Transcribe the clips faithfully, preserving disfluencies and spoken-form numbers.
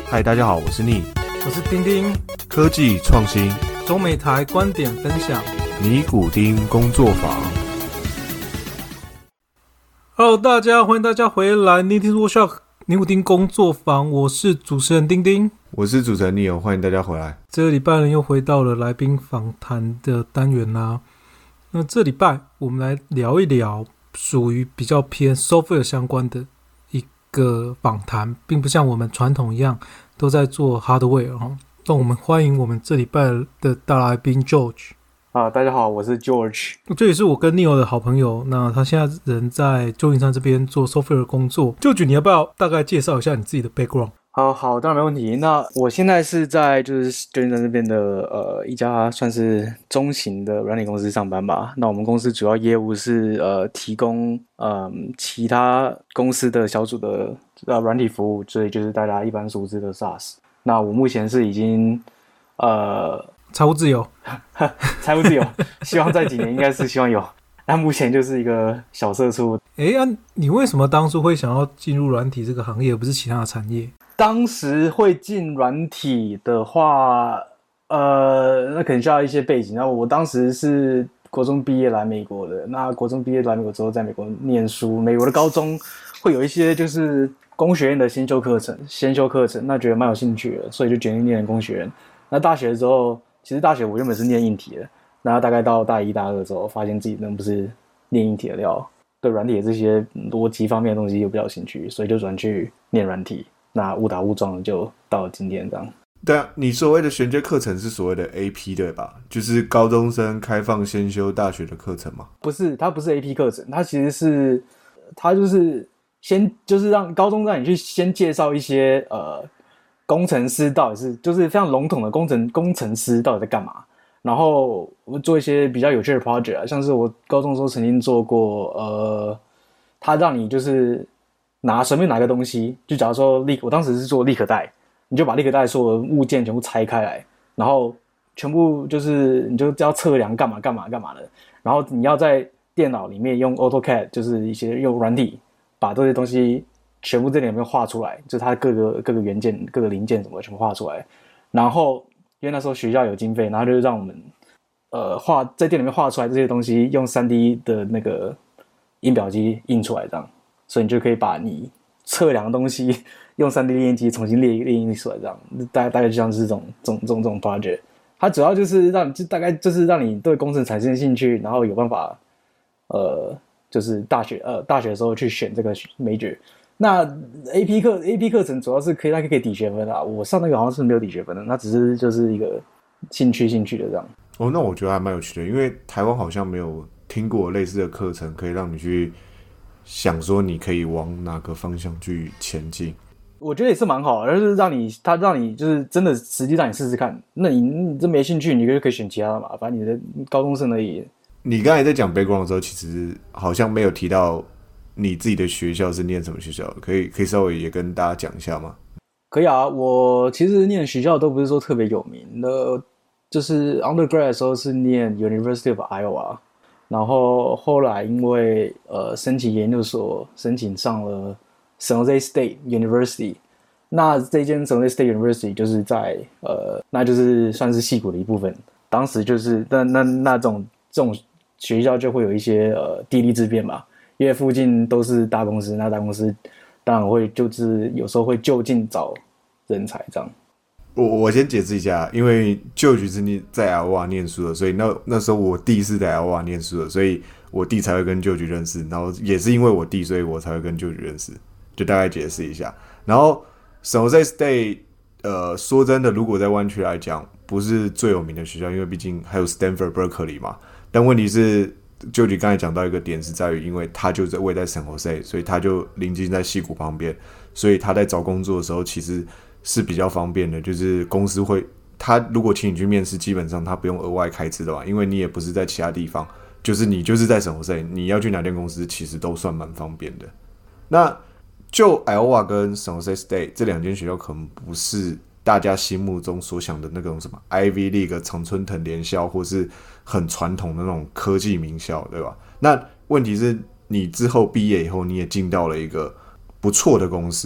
嗨，大家好，我是逆， 我是丁丁， 科技创新， 中美台观点分享， 尼古丁工作坊。 Hello， 大家欢迎大家回来 Nitty's Workshop 尼古丁工作坊，我是主持人丁丁， 我是主持人 Neo， 欢迎大家回来。 这个礼拜呢又回到了来宾访谈的单元啦。那这礼拜我们来聊一聊属于比较偏 software 相关的一个访谈，并不像我们传统一样都在做 hardware 哦。那我们欢迎我们这礼拜的大来宾 George。 啊，大家好，我是 George。 这也是我跟 Neo 的好朋友。那他现在人在旧金山这边做 software 的工作。George，你要不要大概介绍一下你自己的 background？ 好好，当然没问题。那我现在是在就是旧金山这边的呃一家算是中型的软体公司上班吧。那我们公司主要业务是呃提供呃其他公司的小组的呃软体服务，所以就是大家一般熟知的 SaaS。那我目前是已经呃财务自由， 财务自由，希望在几年应该是希望有。那目前就是一个小社畜。 诶啊，你为什么当初会想要进入软体这个行业，而不是其他的产业？ 当时会进软体的话，呃，那可能需要一些背景。那我当时是国中毕业来美国的，那国中毕业来美国之后，在美国念书。美国的高中会有一些就是工学院的先修课程，先修课程，那觉得蛮有兴趣的，所以就决定念工学院。那大学之后，其实大学我原本是念硬体的，那大概到大一、大二之后，发现自己真的不是念硬体的料，对软体的这些逻辑方面的东西有比较有兴趣，所以就转去念软体。那误打误撞就到了今天这样。 对啊，你所谓的衔接课程是所谓的 A P 对吧？就是高中生开放先修大学的课程吗？ 不是，它不是 A P 课程，它其实是它就是先就是让高中让你去先介绍一些呃工程师到底是就是非常笼统的工程工程师到底在干嘛，然后我们做一些比较有趣的 project 啊，像是我高中的时候曾经做过呃，它让你就是拿随便拿个东西，就假如说立，我当时是做立可带，你就把立可带所有的物件全部拆开来，然后全部就是你就要测量干嘛干嘛干嘛的，然后你要在电脑里面用 AutoCAD， 就是一些用软体把这些东西全部在里面画出来，就是它各个各个元件、各个零件什么全部画出来。然后因为那时候学校有经费，然后就让我们呃画在店里面画出来这些东西，用 三 D 的那个印表机印出来这样。所以你就可以把你测量的东西用 三 D 列印机重新列列印出来，这样大概大概就像是这种这种这种这种 project。它主要就是让就大概就是让你对工程产生兴趣，然后有办法呃就是大学呃大学的时候去选这个 major。那 A P 课 A P 课程主要是可以它可以抵学分啊，我上那个好像是没有抵学分的，那只是就是一个兴趣兴趣的这样。 哦，那我觉得还蛮有趣的，因为台湾好像没有听过类似的课程，可以让你去想说你可以往哪个方向去前进。 我觉得也是蛮好的，就是让你他让你就是真的实际让你试试看。那你你真没兴趣，你就可以选其他的嘛，反正你的高中生而已。 你刚才在讲 background 的时候，其实好像没有提到你自己的学校是念什么学校，可以可以稍微也跟大家讲一下吗？ 可以啊，我其实念的学校都不是说特别有名的，就是 undergrad 的时候是念 University of Iowa。然后后来因为呃申请研究所，申请上了 San Jose State University。那这间 San Jose State University 就是在呃，那就是算是矽谷的一部分。当时就是那那那种这种学校就会有一些呃地利之便吧，因为附近都是大公司，那大公司当然会就是有时候会就近找人才这样。 我我先解释一下，因为舅舅是在 Iowa 念书的，所以那那时候我弟是在 Iowa 念书的，所以我弟才会跟舅舅认识，然后也是因为我弟，所以我才会跟舅舅认识，就大概解释一下。然后 San Jose State， 呃，说真的，如果在湾区来讲，不是最有名的学校，因为毕竟还有 Stanford、Berkeley 嘛。但问题是，舅舅刚才讲到一个点是在于，因为他就在位在 San Jose， 所以他就临近在矽谷旁边，所以他在找工作的时候其实是比较方便的，就是公司会，他如果请你去面试，基本上他不用额外开支的嘛，因为你也不是在其他地方，就是你就是在San Jose，你要去哪间公司其实都算蛮方便的。那就 Iowa 跟 San Jose State 这两间学校可能不是大家心目中所想的那种什么 Ivy League 常春藤联校，或是很传统的那种科技名校，对吧？那问题是你之后毕业以后，你也进到了一个不错的公司，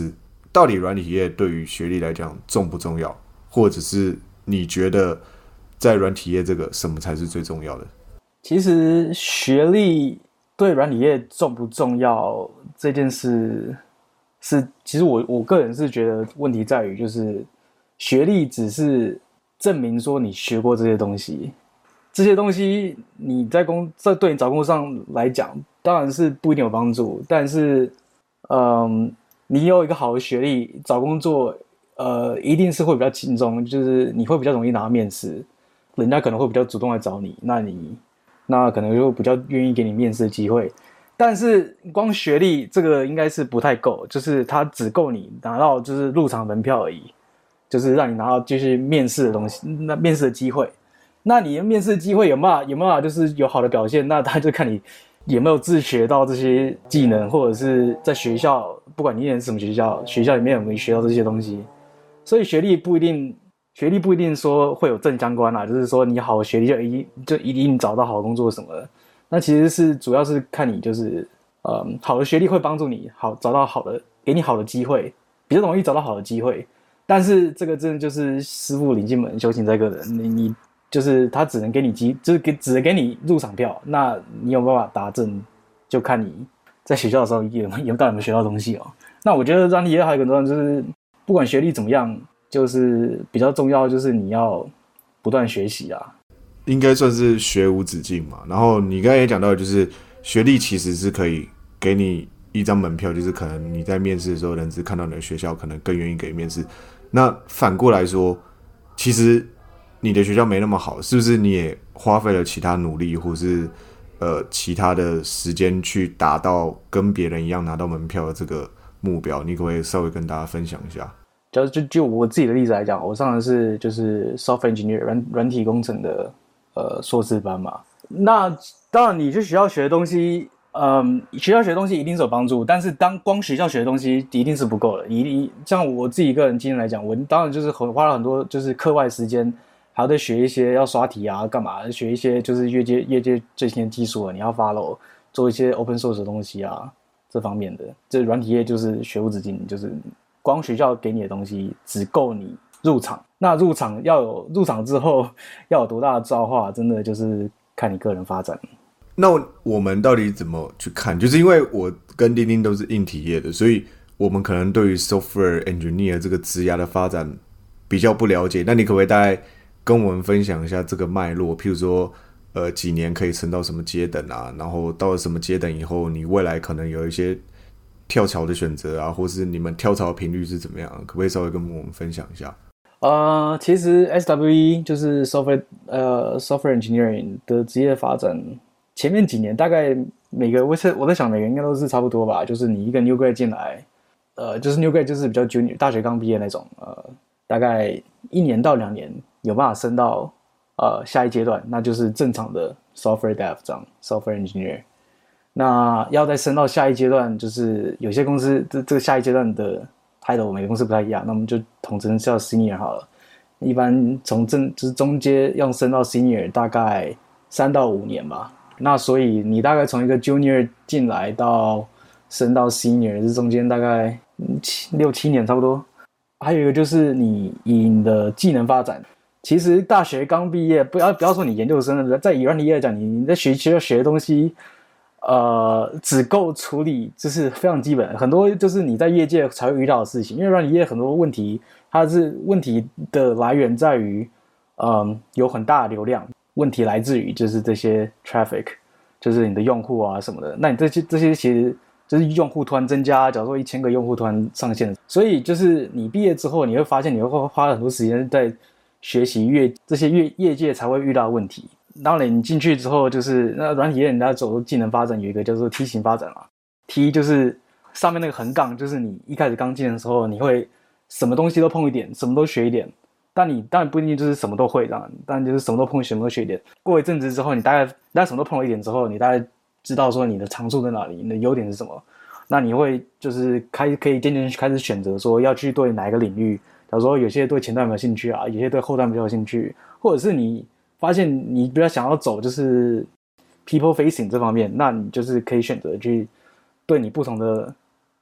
到底软体业对于学历来讲重不重要，或者是你觉得在软体业这个什么才是最重要的？ 其实学历对软体业重不重要这件事是，其实我我个人是觉得问题在于，就是学历只是证明说你学过这些东西，这些东西你在工在对你找工作上来讲，当然是不一定有帮助，但是，嗯，你有一个好的学历，找工作，呃，一定是会比较轻松，就是你会比较容易拿到面试，人家可能会比较主动来找你，那你那可能就比较愿意给你面试的机会。但是光学历这个应该是不太够，就是它只够你拿到就是入场门票而已，就是让你拿到就是面试的东西，那面试的机会。那你的面试机会有没有有没有就是有好的表现？那他就看你有没有自学到这些技能，或者是在学校，不管你念什么学校，学校里面有没有学到这些东西。所以学历不一定，学历不一定说会有正相关啦，就是说你好的学历就一定就一定找到好的工作什么的。那其实是主要是看你就是，嗯，好的学历会帮助你好找到好的，给你好的机会，比较容易找到好的机会。但是这个真的就是师傅领进门，修行在个人。你你就是他只能给你机，就是给只能给你入场票。那你有办法达阵，就看你在学校的时候有有到底有没有学到东西哦。那我觉得软体业还有一个重要就是，不管学历怎么样，就是比较重要就是你要不断学习啊。 应该算是学无止境嘛。然后你刚才也讲到，就是学历其实是可以给你一张门票，就是可能你在面试的时候，人资看到你的学校，可能更愿意给面试。那反过来说，其实你的学校没那么好，是不是你也花费了其他努力，或是呃其他的时间去达到跟别人一样拿到门票的这个目标？你可不可以稍微跟大家分享一下？ 就就就我自己的例子来讲，我上的是就是 software engineer 软软体工程的呃硕士班嘛。那当然你去学校学的东西，嗯，学校学的东西一定是有帮助，但是当光学校学的东西一定是不够的。一定像我自己个人经验来讲，我当然就是花了很多就是课外时间，还要再学一些要刷题啊，干嘛学一些就是业界业界最新的技术啊，你要 follow 做一些 open source 的东西啊，这方面的。这软体业就是学无止境，就是光学校给你的东西只够你入场。那入场要有入场之后要有多大的造化，真的就是看你个人发展。 那我们到底怎么去看？就是因为我跟丁丁都是硬体业的，所以我们可能对于 software engineer 这个职涯的发展比较不了解。那你可不可以大概跟我们分享一下这个脉络？譬如说，呃，几年可以升到什么阶等啊？然后到了什么阶等以后，你未来可能有一些跳槽的选择啊，或是你们跳槽的频率是怎么样？可不可以稍微跟我们分享一下？ 呃，其实 S W E 就是 software 呃 software engineering 的职业发展，前面几年大概每个我在我在想每个应该都是差不多吧，就是你一个 new grad 进来，呃，就是 new grad 就是比较 junior 大学刚毕业那种，呃，大概一年到两年有办法升到呃下一阶段，那就是正常的 software dev 这样 software engineer。那要再升到下一阶段，就是有些公司这这个下一阶段的 title 每个公司不太一样，那我们就统称叫 senior 好了。一般从正就是中阶要升到 senior 大概三到五年吧。那所以你大概从一个 junior 进来到升到 senior 这中间大概七六七年差不多。还有一个就是你以你的技能发展，其实大学刚毕业，不要不要说你研究生了，在以软体业来讲，你你在学学学的东西。呃，只够处理，就是非常基本的，很多就是你在业界才会遇到的事情。因为软体业很多问题，它是问题的来源在于，嗯，有很大的流量，问题来自于就是这些 traffic， 就是你的用户啊什么的。那你这些这些其实就是用户突然增加，假如说一千个用户突然上线，所以就是你毕业之后，你会发现你会花很多时间在学习业这些业业界才会遇到的问题。当然你进去之后，就是那软体业人家走技能发展有一个叫做梯形发展嘛。T 就是上面那个横杠，就是你一开始刚进的时候，你会什么东西都碰一点，什么都学一点。但你当然不一定就是什么都会这样，当然就是什么都碰，什么都学一点。过一阵子之后，你大概大概什么都碰了一点之后，你大概知道说你的长处在哪里，你的优点是什么。那你会就是开可以渐渐开始选择说要去对哪一个领域。假如说有些对前端有兴趣啊，有些对后端比较有兴趣，或者是你发现你比较想要走就是 people facing 这方面，那你就是可以选择去对你不同的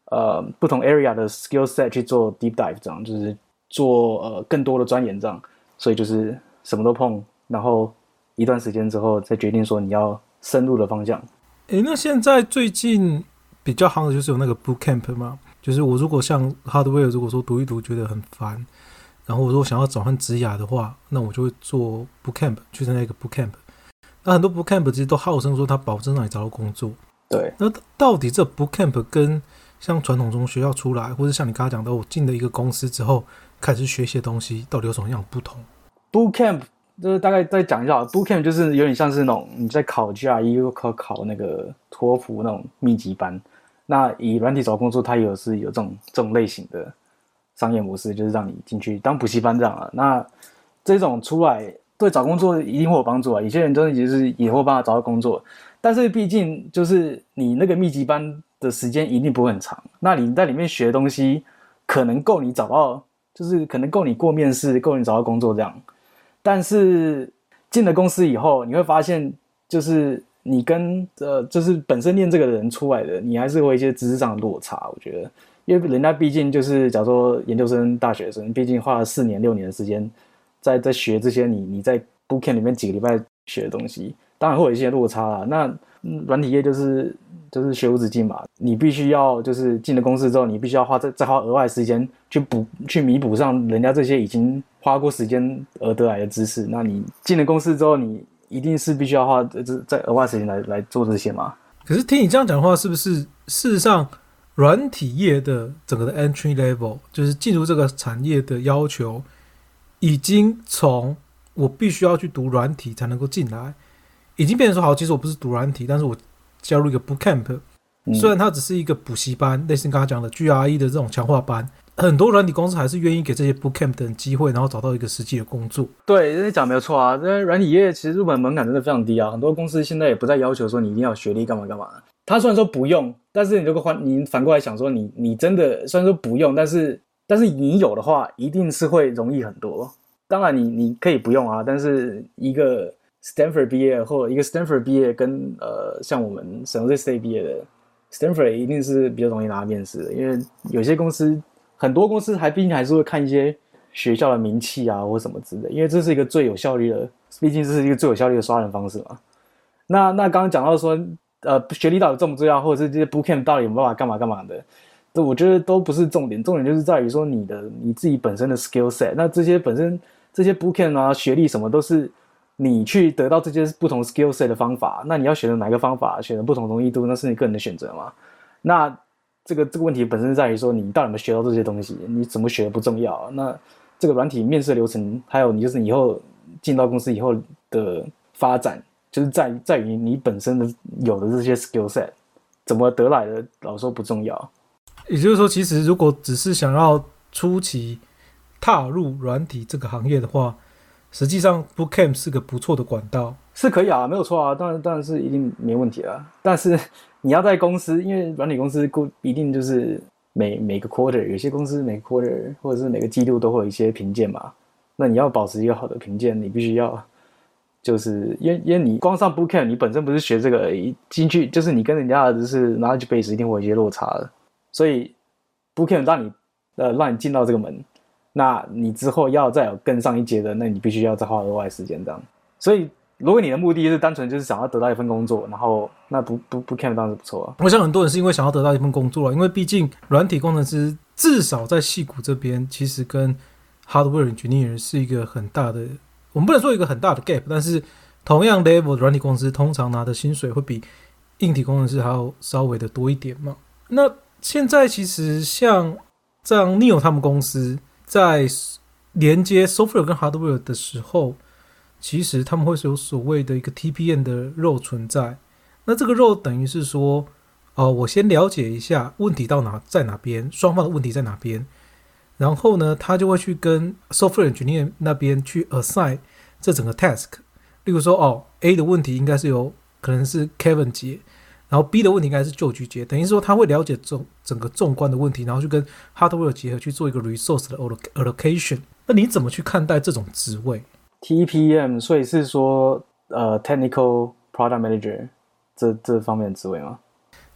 呃不同 area 的 skill set 去做 deep dive， 这样就是做呃更多的钻研这样，所以就是什么都碰，然后一段时间之后再决定说你要深入的方向。 诶，那现在最近比较夯的就是有那个 bootcamp 嘛，就是我如果像 hardware 如果说读一读觉得很烦，然后我说想要转换职涯的话，那我就会做 bootcamp， 去参加一个 bootcamp。那很多 bootcamp 其实都号称说它保证让你找到工作。 对。 那到底这 bootcamp 跟像传统中学校出来，或者像你刚才讲的，我进了一个公司之后开始学些东西，到底有什么样的不同 ？bootcamp 就是大概再讲一下 ，bootcamp 就是有点像是那种你在考 G R E 又考考那个托福那种密集班。那以软体找工作，它也有是有这种这种类型的商业模式，就是让你进去当补习班这样啊。那这种出来对找工作一定会有帮助啊。有些人真的就是也会帮他找到工作，但是毕竟就是你那个密集班的时间一定不会很长，那你在里面学的东西可能够你找到，就是可能够你过面试，够你找到工作这样。但是进了公司以后，你会发现就是你跟呃就是本身念这个人出来的，你还是会有一些知识上的落差，我觉得。因为人家毕竟就是假如说研究生大学生，毕竟花了四年六年的时间在在学这些你你在 bootcamp 里面几个礼拜学的东西，当然会有一些落差啦。那软体业就是就是学无止境嘛，你必须要就是进了公司之后，你必须要花再再花额外的时间去补去弥补上人家这些已经花过时间而得来的知识。那你进了公司之后，你一定是必须要花再额外时间来来做这些嘛。 可是听你这样讲的话，是不是事实上软体业的整个的 entry level， 就是进入这个产业的要求，已经从我必须要去读软体才能够进来，已经变成说好，其实我不是读软体，但是我加入一个 bootcamp，嗯、虽然它只是一个补习班，类似你刚刚讲的 G R E 的这种强化班，很多软体公司还是愿意给这些 bootcamp 的人机会，然后找到一个实际的工作。 对，这讲没有错啊。因为软体业其实入门门槛真的非常低啊，很多公司现在也不再要求说你一定要学历干嘛干嘛。他虽然说不用，但是你如果反你反过来想说你，你真的虽然说不用，但是但是你有的话，一定是会容易很多。当然你你可以不用啊，但是一个 Stanford 毕业或者一个 Stanford 毕业跟呃像我们 San Jose State 毕业的 Stanford 一定是比较容易拿面试的，因为有些公司很多公司还毕竟还是会看一些学校的名气啊或什么之类，因为这是一个最有效率的，毕竟这是一个最有效率的刷人方式嘛。那那刚刚讲到说。呃，学历到底重不重要，或者是这些 bootcamp 到底有没有办法干嘛干嘛的，这我觉得都不是重点，重点就是在于说你的你自己本身的 skill set。那这些本身这些 bootcamp 啊、学历什么都是你去得到这些不同 skill set 的方法。那你要选择哪个方法，选择不同容易度，那是你个人的选择嘛。那这个这个问题本身在于说你到底有没有学到这些东西，你怎么学不重要。那这个软体面试流程，还有你就是你以后进到公司以后的发展。就是在在于你本身的有的这些 skill set 怎么得来的，老实说不重要。 也就是说，其实如果只是想要初期踏入软体这个行业的话，实际上 bootcamp 是个不错的管道， 是可以啊，没有错啊，当然当然是一定没问题啊。但是你要在公司，因为软体公司一定就是每每个 quarter， 有些公司每个 quarter 或者是每个季度都会有一些评鉴嘛。那你要保持一个好的评鉴，你必须要。就是因为因为你光上 bootcamp， 你本身不是学这个，进去就是你跟人家的就是 knowledge base 一定会有一些落差的，所以 bootcamp 让你呃让你进到这个门，那你之后要再有更上一阶的，那你必须要再花额外时间这样。所以如果你的目的是单纯就是想要得到一份工作，然后那不不 bootcamp 当然是不错啊。 我想很多人是因为想要得到一份工作，因为毕竟软体工程师至少在矽谷这边，其实跟 hardware engineer 是一个很大的。我们不能说一个很大的 gap， 但是同样 level 的软体公司通常拿的薪水会比硬体工程师还要稍微的多一点嘛。那现在其实像像 N E O 他们公司在连接 software 跟 hardware 的时候，其实他们会有所谓的一个 T P M 的 role 存在。那这个 role 等于是说，呃，我先了解一下问题到哪在哪边，双方的问题在哪边。然后呢，他就会去跟 software engineer 那边去 assign 这整个 task。例如说，哦 ，A 的问题应该是由可能是 Kevin 解，然后 B 的问题应该是 George 解。等于说，他会了解整整个纵观的问题，然后去跟 hardware 结合去做一个 resource 的 allocation。那你怎么去看待这种职位 ？T P M， 所以是说呃 technical product manager 这这方面的职位吗？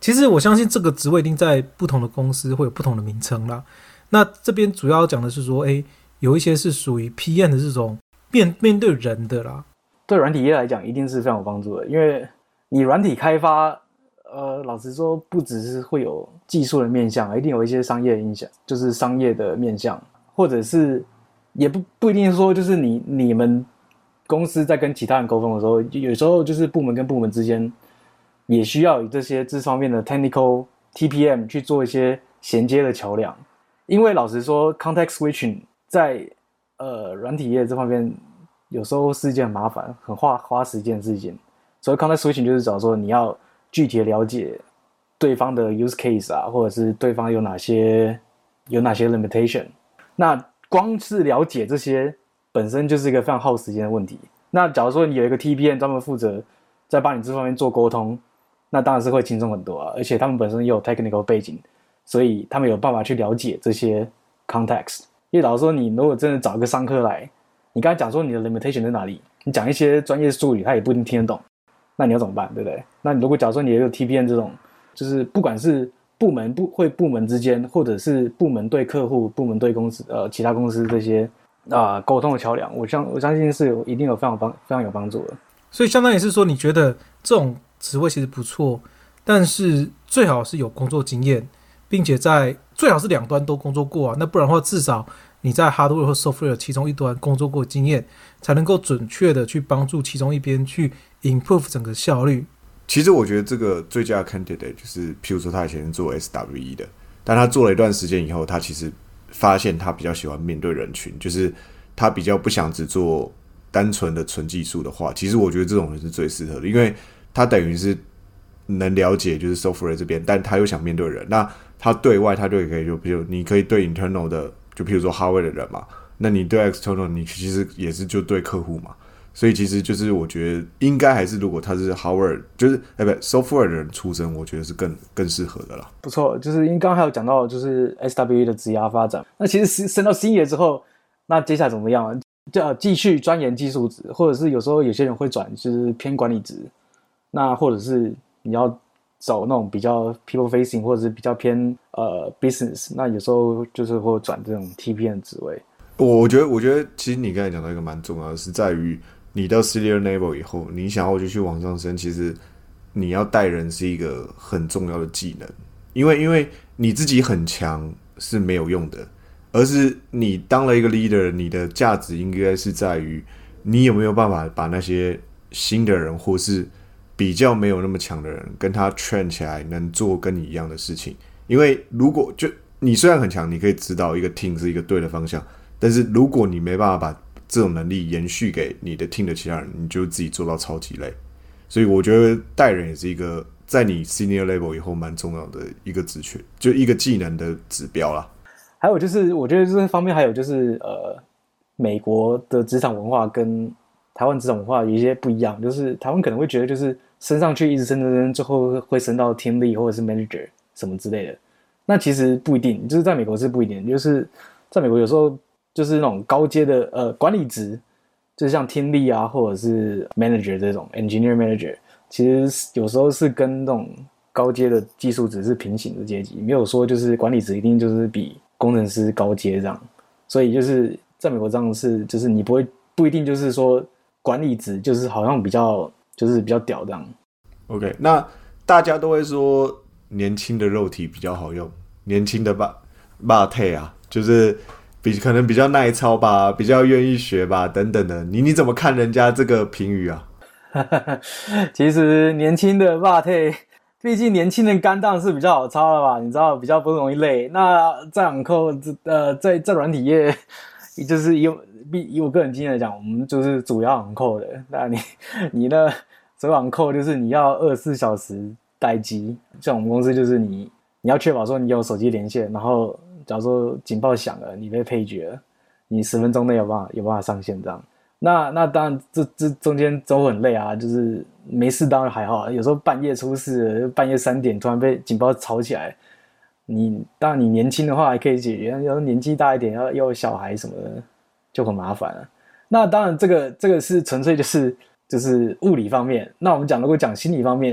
其实我相信这个职位一定在不同的公司会有不同的名称啦。那这边主要讲的是说，哎，有一些是属于 P M 的这种面面对人的啦。 对软体业来讲，一定是非常有帮助的，因为你软体开发，呃，老实说，不只是会有技术的面向，一定有一些商业的影响，就是商业的面向，或者是也不不一定说，就是你你们公司在跟其他人沟通的时候，有时候就是部门跟部门之间也需要以这些这方面的 technical T P M 去做一些衔接的桥梁。因为老实说 context switching 在呃软体业这方面有时候是一件很麻烦很花花时间的事情。所以 context switching 就是讲说你要具体的了解对方的 use case 啊，或者是对方有哪些有哪些 limitation。那光是了解这些本身就是一个非常耗时间的问题。那假如说你有一个 T P M 专门负责在帮你这方面做沟通，那当然是会轻松很多啊，而且他们本身也有 technical 背景，所以他们有办法去了解这些 context。 因为老实说，你如果真的找一个商科来，你刚才讲说你的 limitation 在哪里，你讲一些专业术语他也不一定听得懂，那你要怎么办，对不对？那你如果假如说你有一个 T P M 这种，就是不管是部门不会部门之间，或者是部门对客户、部门对公司呃其他公司这些啊沟、呃、通的桥梁，我相我相信是有一定有非常帮非常有帮助的。 所以相当于是说，你觉得这种职位其实不错，但是最好是有工作经验，并且在最好是两端都工作过啊，那不然的话，至少你在 hardware 或 software 其中一端工作过的经验，才能够准确的去帮助其中一边去 improve 整个效率。 其实我觉得这个最佳的 candidate 就是，譬如说他以前是做 S W E 的，但他做了一段时间以后，他其实发现他比较喜欢面对人群，就是他比较不想只做单纯的纯技术的话，其实我觉得这种人是最适合的，因为他等于是能了解就是 software 这边，但他又想面对人，那他对外他就可以就比如你可以对 internal 的，就譬如说 hardware 的人嘛，那你对 external 你其实也是就对客户嘛，所以其实就是我觉得应该还是如果他是 hardware 就是哎不 software 的人出身，我觉得是更更适合的啦。 不错，就是因为刚刚还有讲到就是 S W E 的职涯发展，那其实升到 senior 之后，那接下来怎么样？就继续钻研技术职，或者是有时候有些人会转就是偏管理职，那或者是你要走那种比较 people facing 或者是比较偏呃 business， 那有时候就是会转这种 T P M 职位。 我觉得我觉得其实你刚才讲到一个蛮重要的，是在于你到 senior level 以后，你想要继续往上升，其实你要带人是一个很重要的技能，因为因为你自己很强是没有用的，而是你当了一个 leader， 你的价值应该是在于你有没有办法把那些新的人或是比较没有那么强的人跟他 train 起来，能做跟你一样的事情。因为如果就你虽然很强，你可以指导一个 team 是一个对的方向，但是如果你没办法把这种能力延续给你的 team 的其他人，你就自己做到超级累。所以我觉得带人也是一个在你 senior level 以后蛮重要的一个职权，就一个技能的指标啦。 还有就是，我觉得这方面还有就是，呃，美国的职场文化跟台湾职场文化有一些不一样。就是台湾可能会觉得，就是升上去一直升升升，最后会升到 team lead 或者是 manager 什么之类的。那其实不一定，就是在美国是不一定。就是在美国有时候就是那种高阶的呃管理职，就是像 team lead 啊，或者是 manager 这种 engineer manager， 其实有时候是跟那种高阶的技术职是平行的阶级，没有说就是管理职一定就是比工程师高阶这样。所以就是在美国这样是就是你不会不一定就是说管理职就是好像比较就是比较屌这样。 OK， 那大家都会说年轻的肉体比较好用，年轻的肉肉体啊，就是比可能比较耐操吧，比较愿意学吧等等的，你你怎么看人家这个评语啊？ 其实年轻的肉体，毕竟年轻人肝当然是比较好操了吧，你知道比较不容易累。那在网扣呃在在软体业，就是以以我个人经验来讲，我们就是主要网扣的。那你你呢？所谓网扣就是你要二十四小时待机，像我们公司就是你你要确保说你有手机连线，然后假如说警报响了，你被配角了，你十分钟内有办法有办法上线这样。那那当然这这中间都很累啊，就是没事当然还好，有时候半夜出事了，半夜三点突然被警报吵起来，你当然你年轻的话还可以解决，要年纪大一点要要有小孩什么的就很麻烦了。那当然这个这个是纯粹就是就是物理方面。那我们讲如果讲心理方面，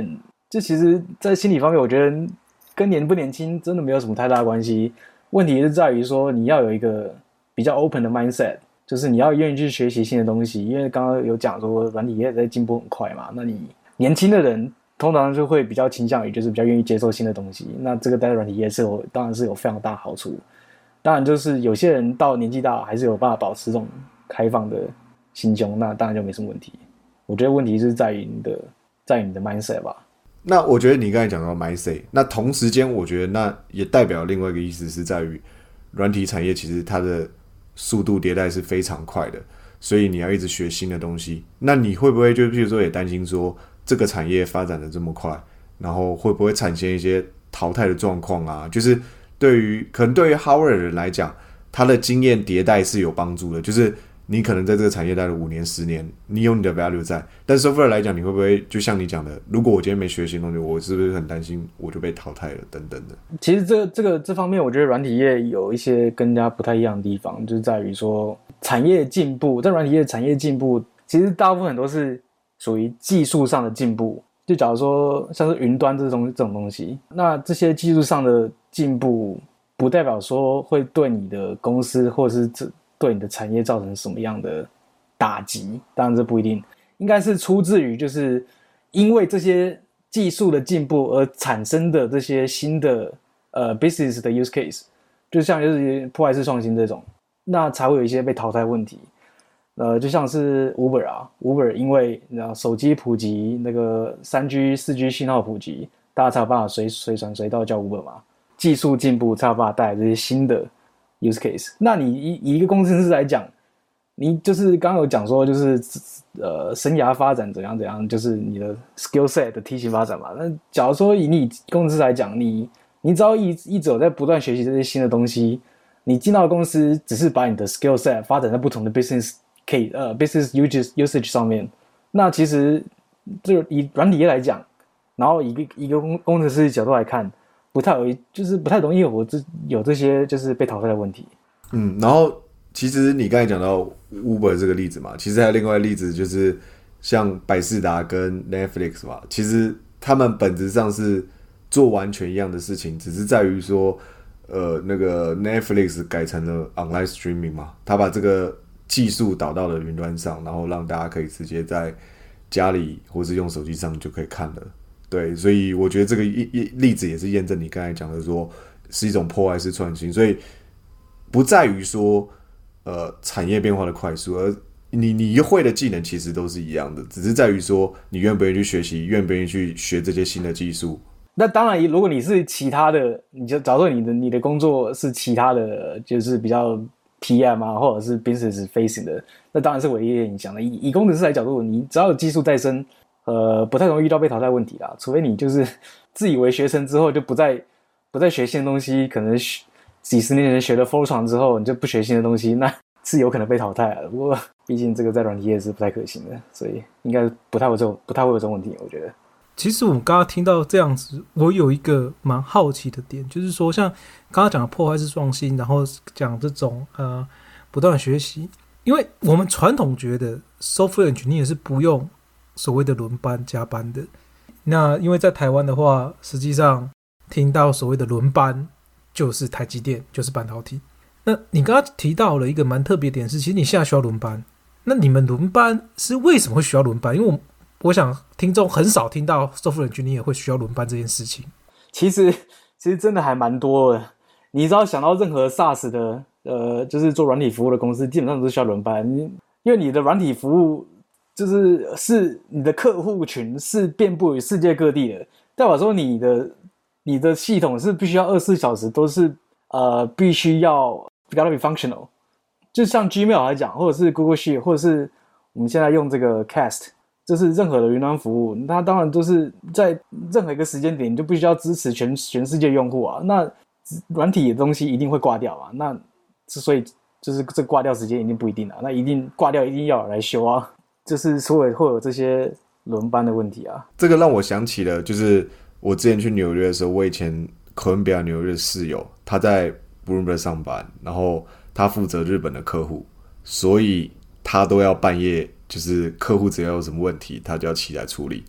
这其实，在心理方面，我觉得跟年不年轻真的没有什么太大的关系。问题是在于说，你要有一个比较 open 的 mindset， 就是你要愿意去学习新的东西。因为刚刚有讲说，软体业在进步很快嘛，那你年轻的人通常就会比较倾向于就是比较愿意接受新的东西。那这个在软体业是有，当然是有非常大的好处。当然，就是有些人到年纪大还是有办法保持这种开放的心胸，那当然就没什么问题。我觉得问题是在于你的，在于你的 mindset 吧。 那我觉得你刚才讲到 mindset， 那同时间我觉得那也代表另外一个意思是在于，软体产业其实它的速度迭代是非常快的，所以你要一直学新的东西。那你会不会就譬如说也担心说，这个产业发展的这么快，然后会不会产生一些淘汰的状况啊？就是对于可能对于 Howard 的人来讲，他的经验迭代是有帮助的，就是你可能在这个产业待了五年、十年，你有你的 value 在。但 software 来讲，你会不会就像你讲的，如果我今天没学新东西，我是不是很担心我就被淘汰了等等的？ 其实这这个这方面，我觉得软体业有一些跟人家不太一样的地方，就是在于说产业进步，在软体业产业进步，其实大部分都是属于技术上的进步。就假如说像是云端这种这种东西，那这些技术上的进步，不代表说会对你的公司或者是这对你的产业造成什么样的打击，当然这不一定，应该是出自于就是因为这些技术的进步而产生的这些新的呃 business 的 use case， 就像就是破坏式创新这种，那才会有一些被淘汰问题。呃，就像是 Uber 啊 ，Uber 因为你知道手机普及，那个 三 G、四 G 信号普及，大家才有办法随随传随到叫 Uber 嘛。技术进步才有办法带来这些新的 use case。那你以以一个工程师来讲，你就是刚刚有讲说，就是呃生涯发展怎样怎样，就是你的 skill set 的梯形发展嘛。那假如说以你工程师来讲，你你只要一一直有在不断学习这些新的东西，你进到公司只是把你的 skill set 发展在不同的 business case 呃 business usage usage 上面，那其实就以软体业来讲，然后以一个一个工程师的角度来看，不太有就是不太容易有这有这些就是被淘汰的问题。 嗯，然后其实你刚才讲到 Uber 这个例子嘛，其实还有另外一个例子就是像百视达跟 Netflix 嘛，其实他们本质上是做完全一样的事情，只是在于说，呃，那个 Netflix 改成了 online streaming 嘛，他把这个技术导到了云端上，然后让大家可以直接在家里或是用手机上就可以看了。对，所以我觉得这个例子也是验证你刚才讲的说是一种破坏式创新，所以不在于说呃产业变化的快速，而你你会的技能其实都是一样的，只是在于说你愿不愿意去学习，愿不愿意去学这些新的技术。 那当然，如果你是其他的，你就假如说你的你的工作是其他的，就是比较 P M 啊，或者是 business facing 的，那当然是唯一的影响的。以以工程师来角度，你只要有技术在身，呃，不太容易遇到被淘汰问题啦。除非你就是自以为学成之后就不再不再学新的东西，可能几十年前学了 Fortran 之后，你就不学新的东西，那是有可能被淘汰的。不过毕竟这个在软体业是不太可行的，所以应该不太会有这种不太会有这种问题，我觉得。 其实我们刚刚听到这样子，我有一个蛮好奇的点，就是说像刚刚讲的破坏式创新，然后讲这种呃不断学习，因为我们传统觉得 software engineer 是不用所谓的轮班加班的。那因为在台湾的话，实际上听到所谓的轮班就是台积电，就是半导体。那你刚刚提到了一个蛮特别的点是，其实你现在需要轮班，那你们轮班是为什么会需要轮班？因为我我想听众很少听到 software engineer 会需要轮班这件事情。 其实其实真的还蛮多的。你只要想到任何 SaaS 的呃，就是做软体服务的公司，基本上都是需要轮班。因为你的软体服务就是是你的客户群是遍布于世界各地的，代表说你的你的系统是必须要二十四小时都是呃必须要 gotta be functional。就像 Gmail 来讲，或者是 Google Sheet， 或者是我们现在用这个 Cast。就是任何的云端服务，它当然都是在任何一个时间点，你就必须要支持全全世界用户啊。那软体的东西一定会挂掉啊。那所以就是这挂掉时间一定不一定啊。那一定挂掉，一定要有来修啊。就是所以会有这些轮班的问题啊。 这个让我想起了，就是我之前去纽约的时候，我以前哥伦比亚纽约的室友，他在 Bloomberg 上班，然后他负责日本的客户，所以他都要半夜。就是客户只要有什么问题，他就要起来处理，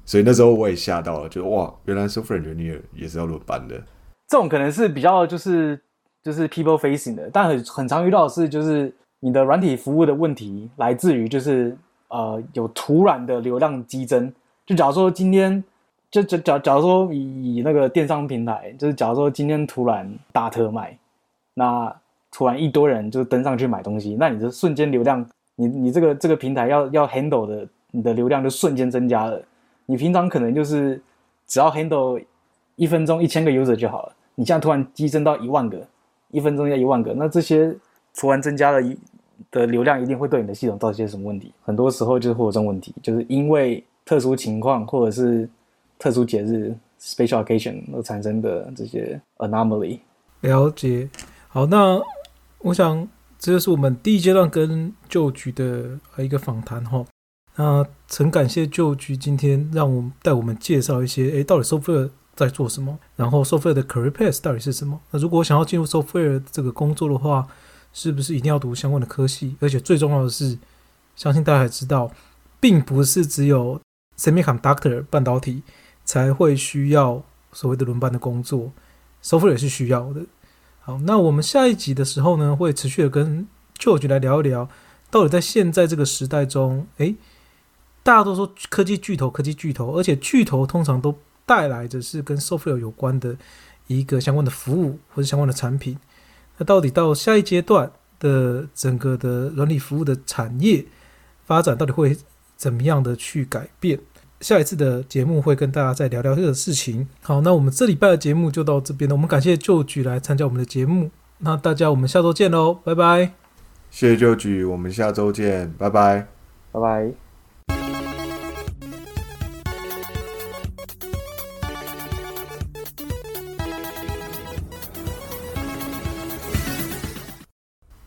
所以那时候我也吓到了，就哇，原来 software engineer 也是要轮班的。 这种可能是比较就是就是 people facing 的，但很很常遇到的是就是你的软体服务的问题来自于就是呃有突然的流量激增。就假如说今天就就假假如说以以那个电商平台，就是假如说今天突然大特卖，那突然一堆人就登上去买东西，那你的瞬间流量，你你这个这个平台要要 handle 的你的流量就瞬间增加了。你平常可能就是只要 handle 一分钟一千个 user 就好了，你现在突然激增到一万个，一分钟要一万个，那这些突然增加了的流量一定会对你的系统造成些什么问题？很多时候就是会有这种问题，就是因为特殊情况或者是特殊节日 （special occasion） 而产生的这些 anomaly。 了解。好，那我想这就是我们第一阶段跟就局的一个访谈哈。那很感谢就局今天让我们带我们介绍一些，诶，到底 software 在做什么，然后 software 的 career path 到底是什么。那如果我想要进入 software 这个工作的话，是不是一定要读相关的科系？而且最重要的是，相信大家也知道，并不是只有 semiconductor 半导体才会需要所谓的轮班的工作， software 也是需要的。好，那我们下一集的时候呢，会持续的跟 George 来聊一聊，到底在现在这个时代中，诶，大家都说科技巨头，科技巨头，而且巨头通常都带来的是跟 software 有关的一个相关的服务或者相关的产品。那到底到下一阶段的整个的软体服务的产业发展，到底会怎么样的去改变？下一次的节目会跟大家再聊聊这个事情。好，那我们这礼拜的节目就到这边了。我们感谢就局来参加我们的节目。那大家我们下周见喽，拜拜。 谢谢就局，我们下周见，拜拜， 拜拜。